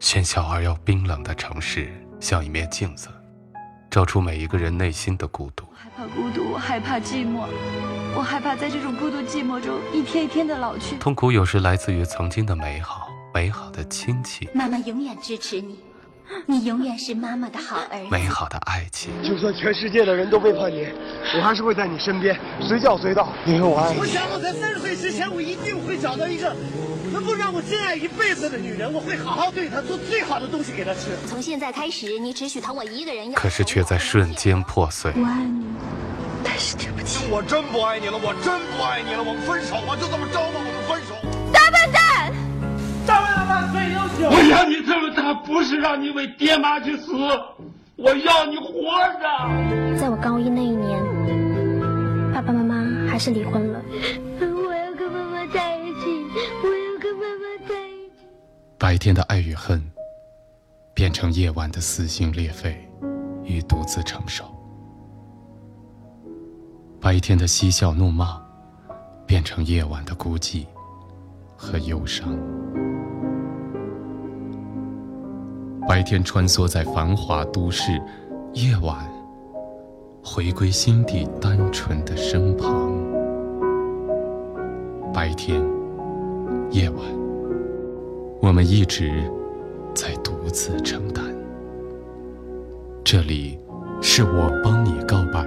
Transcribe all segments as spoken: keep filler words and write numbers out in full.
喧嚣而又冰冷的城市像一面镜子，照出每一个人内心的孤独。 我害怕孤独，我害怕寂寞，我害怕在这种孤独寂寞中一天一天的老去。 痛苦有时来自于曾经的美好，美好的亲戚， 妈妈永远支持你，你永远是妈妈的好儿子。 美好的爱情。 就算全世界的人都背叛你，我还是会在你身边，随叫随到，因为我爱你。 我想我在三十岁之前，我一定会找到一个能够让我真爱一辈子的女人，我会好好对她，做最好的东西给她吃。 从现在开始，你只许疼我一个人。 可是却在瞬间破碎。 我爱你，但是对不起， 我真不爱你了，我真不爱你了，我们分手吧，就这么着吧，我们分手。 大笨蛋！ 大笨蛋万岁优秀！ 我要你这么大，不是让你为爹妈去死，我要你活着。 在我高一那一年，爸爸妈妈还是离婚了。 我要跟妈妈在一起，我要跟妈妈在一起。 白天的爱与恨，变成夜晚的撕心裂肺与独自承受。白天的嬉笑怒骂，变成夜晚的孤寂和忧伤。白天穿梭在繁华都市，夜晚回归心底单纯的身旁。白天，夜晚，我们一直在独自承担。这里是我帮你告白。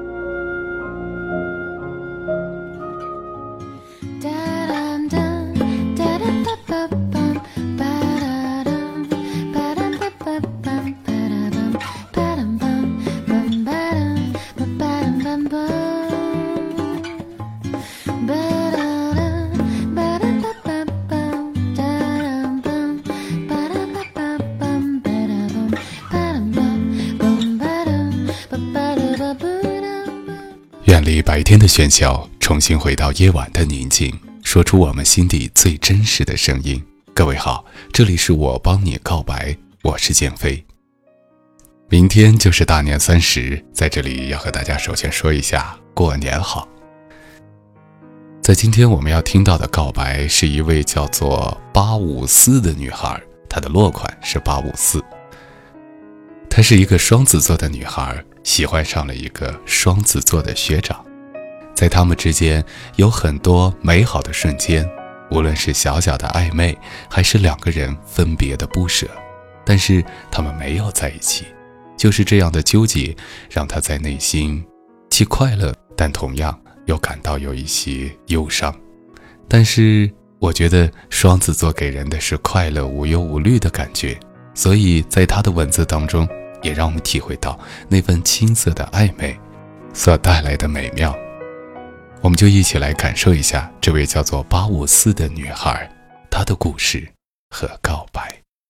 远离白天的喧嚣，重新回到夜晚的宁静，说出我们心底最真实的声音。各位好，这里是我帮你告白，我是建飞。明天就是大年三十，在这里要和大家首先说一下过年好。在今天我们要听到的告白是一位叫做八五四的女孩，她的落款是八五四。她是一个双子座的女孩，喜欢上了一个双子座的学长，在他们之间有很多美好的瞬间，无论是小小的暧昧，还是两个人分别的不舍，但是他们没有在一起。就是这样的纠结，让他在内心既快乐，但同样又感到有一些忧伤。但是我觉得双子座给人的是快乐无忧无虑的感觉，所以在他的文字当中也让我们体会到那份青涩的暧昧所带来的美妙。我们就一起来感受一下这位叫做八五四的女孩，她的故事和告白。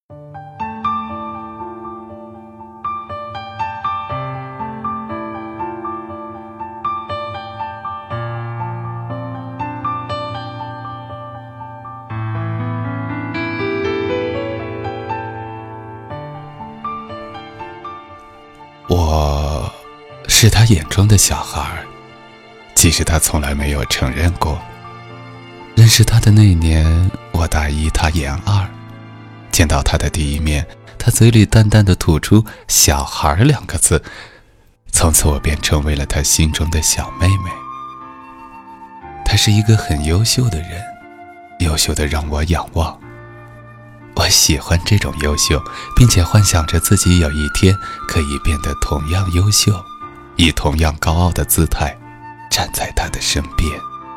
我是他眼中的小孩，即使他从来没有承认过。认识他的那一年，我大一，他研二。见到他的第一面，他嘴里淡淡地吐出小孩两个字，从此我便成为了他心中的小妹妹。他是一个很优秀的人，优秀的让我仰望。我喜欢这种优秀，并且幻想着自己有一天可以变得同样优秀，以同样高傲的姿态站在他的身边。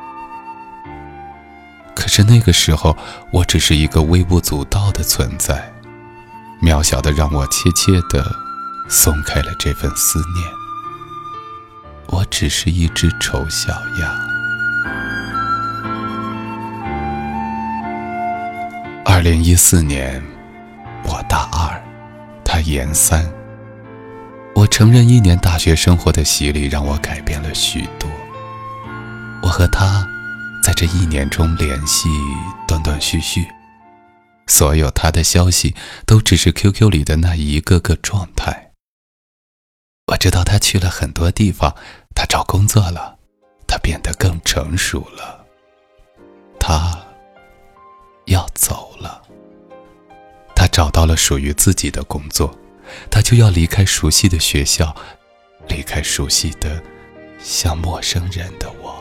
可是那个时候，我只是一个微不足道的存在，渺小的让我怯怯地松开了这份思念。我只是一只丑小鸭。二零一四年，我大二，他研三。我承认一年大学生活的洗礼让我改变了许多。我和他在这一年中联系断断续续，所有他的消息都只是 Q Q 里的那一个个状态。我知道他去了很多地方，他找工作了，他变得更成熟了，他要走了。他找到了属于自己的工作，他就要离开熟悉的学校，离开熟悉的像陌生人的我。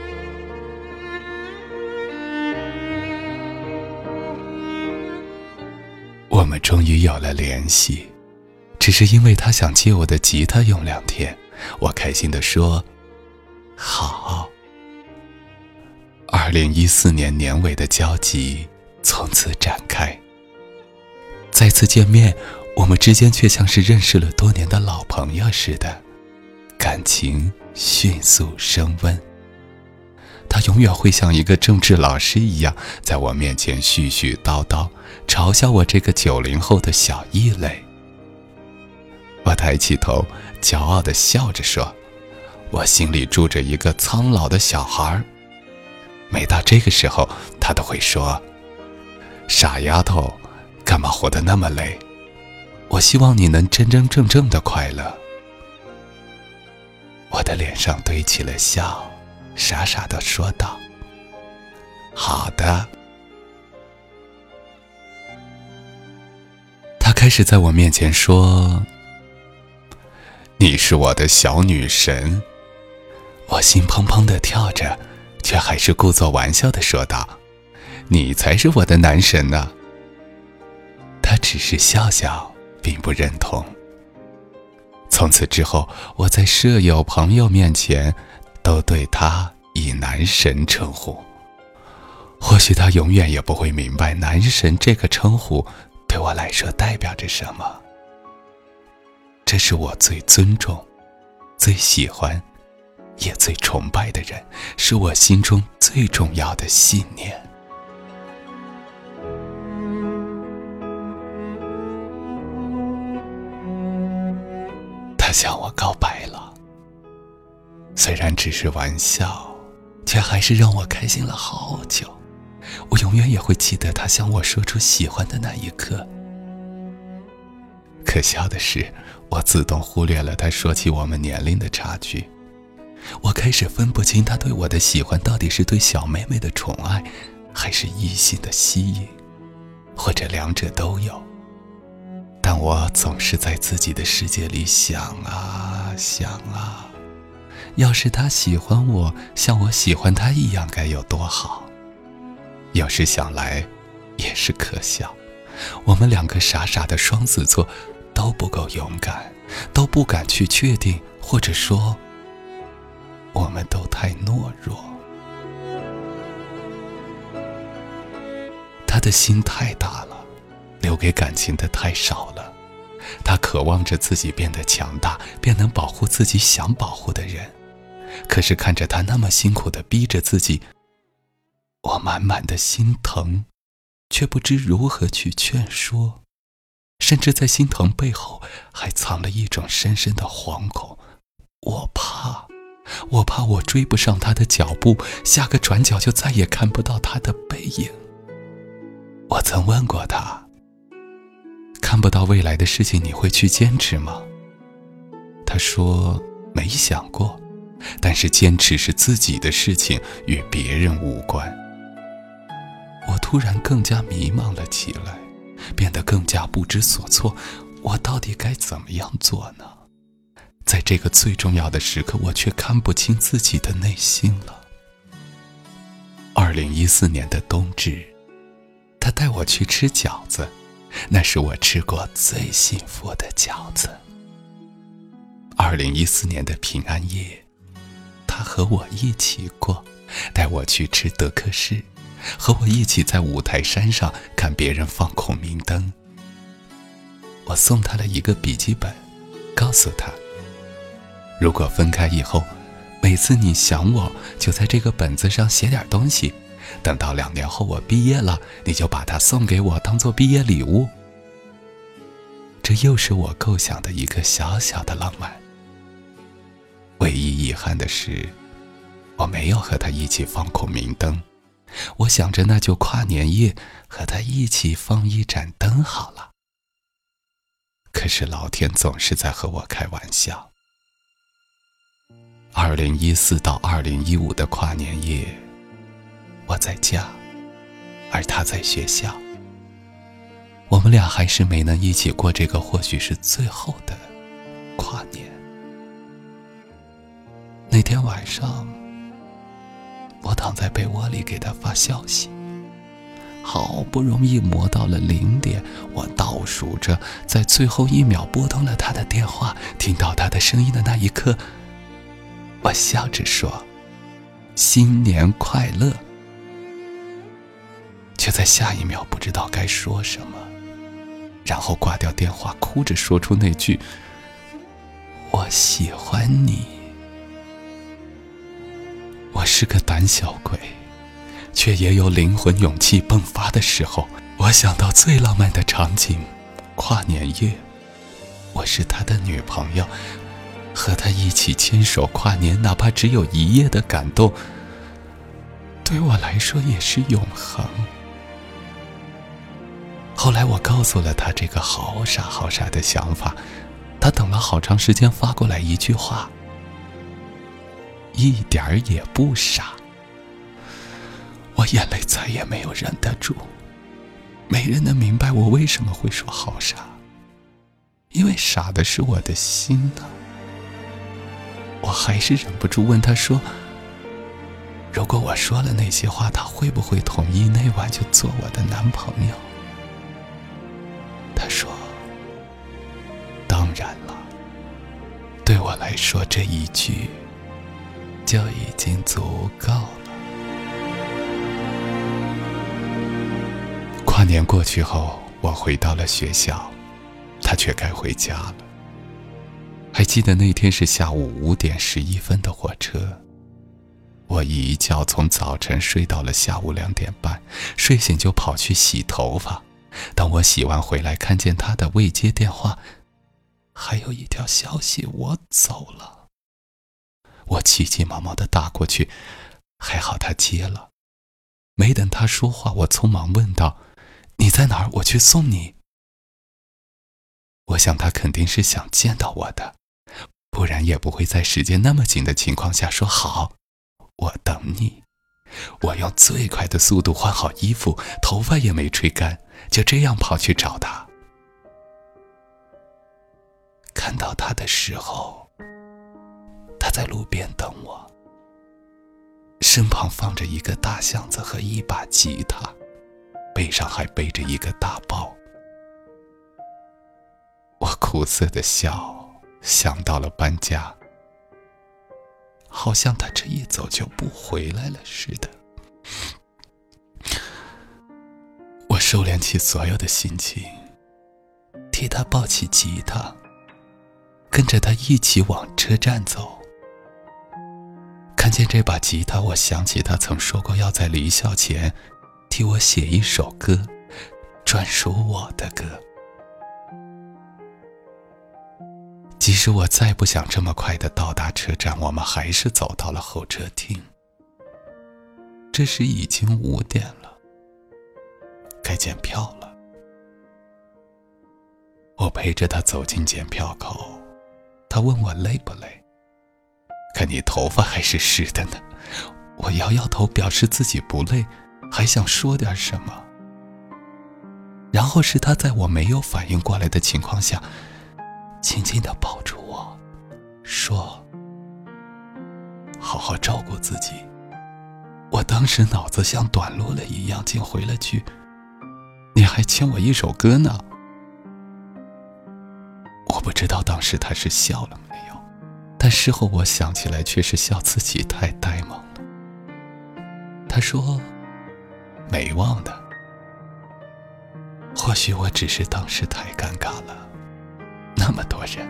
我们终于有了联系，只是因为他想借我的吉他用两天，我开心地说好。二零一四年年尾的交集从此展开。再次见面，我们之间却像是认识了多年的老朋友似的，感情迅速升温。他永远会像一个政治老师一样，在我面前絮絮叨叨，嘲笑我这个九零后的小异类。我抬起头，骄傲地笑着说，我心里住着一个苍老的小孩。每到这个时候，他都会说，傻丫头，干嘛活得那么累？我希望你能真真正正的快乐。我的脸上堆起了笑，傻傻地说道，好的。他开始在我面前说，你是我的小女神。我心砰砰地跳着，却还是故作玩笑地说道，你才是我的男神呢。他只是笑笑，并不认同。从此之后，我在舍友朋友面前都对他以男神称呼。或许他永远也不会明白男神这个称呼对我来说代表着什么。这是我最尊重、最喜欢也最崇拜的人，是我心中最重要的信念。他向我告白了，虽然只是玩笑，却还是让我开心了好久。我永远也会记得他向我说出喜欢的那一刻。可笑的是，我自动忽略了他说起我们年龄的差距。我开始分不清他对我的喜欢到底是对小妹妹的宠爱，还是异性的吸引，或者两者都有。但我总是在自己的世界里想啊想啊，要是他喜欢我像我喜欢他一样该有多好。有时想来也是可笑，我们两个傻傻的双子座都不够勇敢，都不敢去确定，或者说我们都太懦弱。他的心太大了，留给感情的太少了。他渴望着自己变得强大，便能保护自己想保护的人。可是看着他那么辛苦地逼着自己，我满满的心疼，却不知如何去劝说，甚至在心疼背后还藏了一种深深的惶恐。我怕我怕我追不上他的脚步，下个转角就再也看不到他的背影。我曾问过他，看不到未来的事情你会去坚持吗？他说没想过，但是坚持是自己的事情，与别人无关。我突然更加迷茫了起来，变得更加不知所措，我到底该怎么样做呢？在这个最重要的时刻，我却看不清自己的内心了。二零一四年的冬至，他带我去吃饺子，那是我吃过最幸福的饺子。二零一四年的平安夜，他和我一起过，带我去吃德克士，和我一起在五台山上看别人放孔明灯。我送他了一个笔记本，告诉他，如果分开以后，每次你想我，就在这个本子上写点东西，等到两年后我毕业了，你就把它送给我当做毕业礼物。这又是我构想的一个小小的浪漫。唯一遗憾的是，我没有和他一起放孔明灯。我想着那就跨年夜和他一起放一盏灯好了。可是老天总是在和我开玩笑。二零一四到二零一五的跨年夜，我在家，而他在学校。 我们俩还是没能一起过这个或许是最后的跨年。那天晚上，我躺在被窝里给他发消息，好不容易磨到了零点，我倒数着，在最后一秒拨通了他的电话。听到他的声音的那一刻，我笑着说：“新年快乐。”却在下一秒不知道该说什么，然后挂掉电话，哭着说出那句：“我喜欢你。”我是个胆小鬼，却也有灵魂勇气迸发的时候。我想到最浪漫的场景，跨年夜，我是他的女朋友，和他一起牵手跨年，哪怕只有一夜的感动，对我来说也是永恒。后来我告诉了他这个好傻好傻的想法，他等了好长时间发过来一句话：“一点儿也不傻。”我眼泪再也没有忍得住，没人能明白我为什么会说好傻，因为傻的是我的心呢。我还是忍不住问他说：“如果我说了那些话，他会不会同意那晚就做我的男朋友？”他说：“当然了，对我来说这一句就已经足够了。”跨年过去后，我回到了学校，他却该回家了。还记得那天是下午五点十一分的火车，我一觉从早晨睡到了下午两点半，睡醒就跑去洗头发。当我洗完回来，看见他的未接电话，还有一条消息：我走了。我急急忙忙地打过去，还好他接了。没等他说话，我匆忙问道：“你在哪儿？我去送你。”我想他肯定是想见到我的，不然也不会在时间那么紧的情况下说好，我等你。我用最快的速度换好衣服，头发也没吹干，就这样跑去找他。看到他的时候，他在路边等我，身旁放着一个大箱子和一把吉他，背上还背着一个大包。我苦涩的笑，想到了搬家，好像他这一走就不回来了似的。我收敛起所有的心情，替他抱起吉他，跟着他一起往车站走。看见这把吉他，我想起他曾说过要在离校前替我写一首歌，专属我的歌。即使我再不想这么快地到达车站，我们还是走到了候车厅。这时已经五点了，该检票了。我陪着他走进检票口，他问我累不累，看你头发还是湿的呢。我摇摇头表示自己不累，还想说点什么。然后是他在我没有反应过来的情况下，轻轻地抱住我，说：“好好照顾自己。”我当时脑子像短路了一样，竟回了句：“你还欠我一首歌呢。”我不知道当时他是笑了没有，但事后我想起来却是笑自己太呆萌了。他说：“没忘的。”或许我只是当时太尴尬了，那么多人。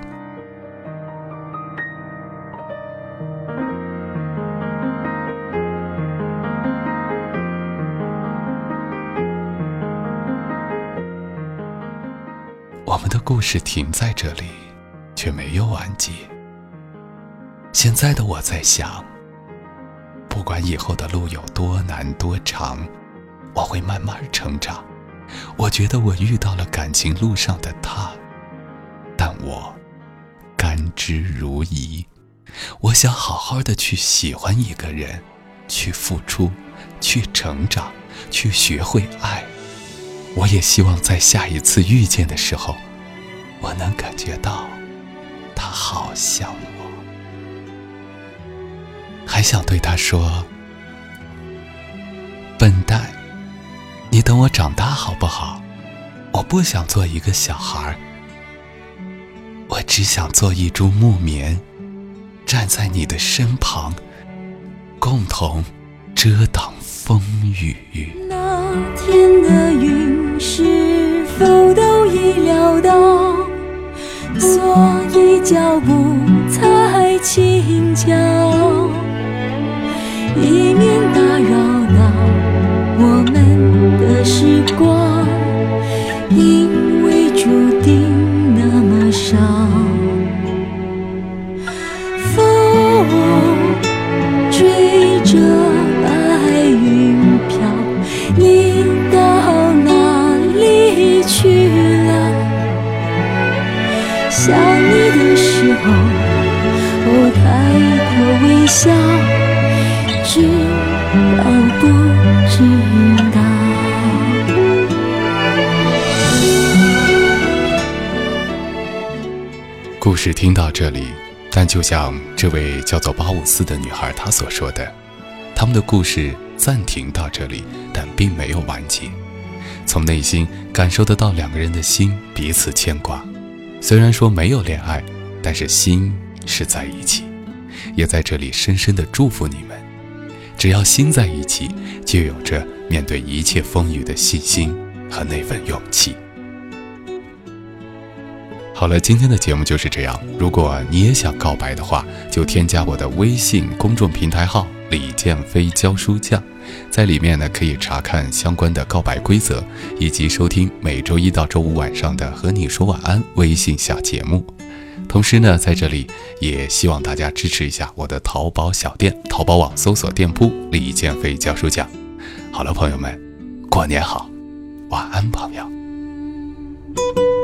我们的故事停在这里，却没有完结。现在的我在想，不管以后的路有多难多长，我会慢慢成长。我觉得我遇到了感情路上的他，但我甘之如饴。我想好好的去喜欢一个人，去付出，去成长，去学会爱。 我也希望在下一次遇见的时候，我能感觉到他好像我。还想对他说，笨蛋，你等我长大好不好？我不想做一个小孩，我只想做一株木棉，站在你的身旁，共同遮挡风雨。 那天的云是否都已料到，所以脚步才轻巧，以免打扰到我们的时光，因为注定那么少。风追着白云飘，你到哪里去了？想你的时候，我抬头微笑，知道不知道？ 故事听到这里，但就像这位叫做八五四的女孩她所说的，他们的故事暂停到这里，但并没有完结。从内心感受得到两个人的心彼此牵挂，虽然说没有恋爱，但是心是在一起。也在这里深深地祝福你们，只要心在一起，就有着面对一切风雨的信心和那份勇气。好了，今天的节目就是这样。如果你也想告白的话，就添加我的微信公众平台号李建飞教书匠，在里面呢可以查看相关的告白规则，以及收听每周一到周五晚上的和你说晚安微信小节目。同时呢，在这里也希望大家支持一下我的淘宝小店，淘宝网搜索店铺李建飞教书匠。好了，朋友们，过年好，晚安，朋友。